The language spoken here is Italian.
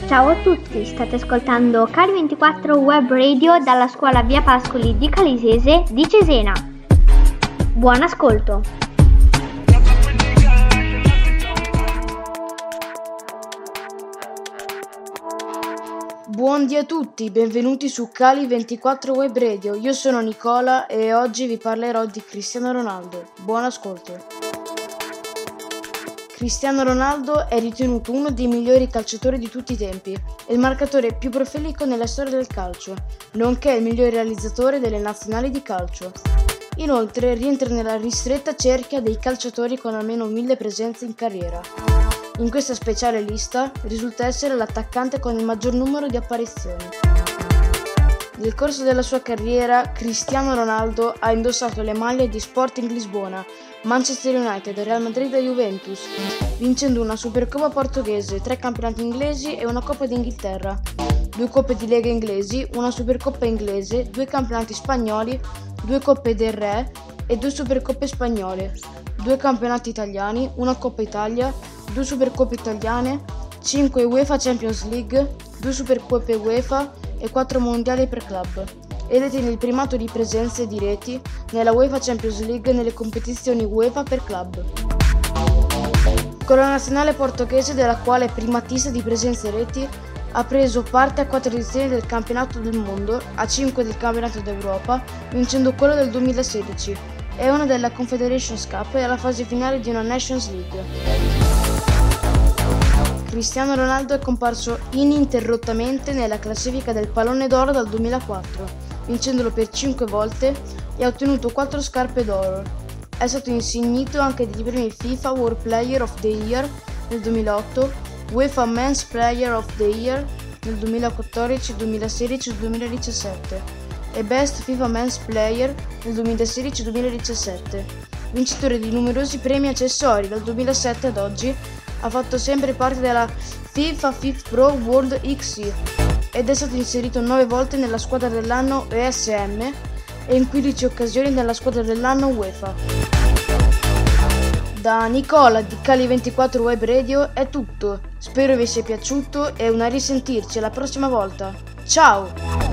Ciao a tutti, state ascoltando Cali24 Web Radio dalla scuola Via Pascoli di Calisese di Cesena. Buon ascolto! Buondì a tutti, benvenuti su Cali24 Web Radio. Io sono Nicola e oggi vi parlerò di Cristiano Ronaldo. Buon ascolto! Cristiano Ronaldo è ritenuto uno dei migliori calciatori di tutti i tempi e il marcatore più prolifico nella storia del calcio, nonché il miglior realizzatore delle nazionali di calcio. Inoltre rientra nella ristretta cerchia dei calciatori con almeno 1000 presenze in carriera. In questa speciale lista risulta essere l'attaccante con il maggior numero di apparizioni. Nel corso della sua carriera, Cristiano Ronaldo ha indossato le maglie di Sporting Lisbona, Manchester United, Real Madrid e Juventus, vincendo una Supercoppa portoghese, 3 campionati inglesi e una Coppa d'Inghilterra, 2 Coppe di Lega inglesi, una Supercoppa inglese, 2 campionati spagnoli, 2 Coppe del Re e 2 Supercoppe spagnole, 2 campionati italiani, una Coppa Italia, 2 Supercoppe italiane, 5 UEFA Champions League, 2 Supercoppe UEFA e 4 mondiali per club, e detiene il primato di presenze di reti nella UEFA Champions League nelle competizioni UEFA per club. Con la nazionale portoghese, della quale è primatista di presenze e reti, ha preso parte a 4 edizioni del campionato del mondo, a 5 del campionato d'Europa, vincendo quello del 2016, e una della Confederations Cup e alla fase finale di una Nations League. Cristiano Ronaldo è comparso ininterrottamente nella classifica del Pallone d'Oro dal 2004, vincendolo per 5 volte e ha ottenuto 4 scarpe d'oro. È stato insignito anche dei premi FIFA World Player of the Year nel 2008, UEFA Men's Player of the Year nel 2014, 2016 e 2017 e Best FIFA Men's Player nel 2016 e 2017. Vincitore di numerosi premi accessori, dal 2007 ad oggi ha fatto sempre parte della FIFA Pro World XC ed è stato inserito 9 volte nella squadra dell'anno ESM e in 15 occasioni nella squadra dell'anno UEFA. Da Nicola di Cali24 Web Radio è tutto, spero vi sia piaciuto e una risentirci alla prossima volta. Ciao!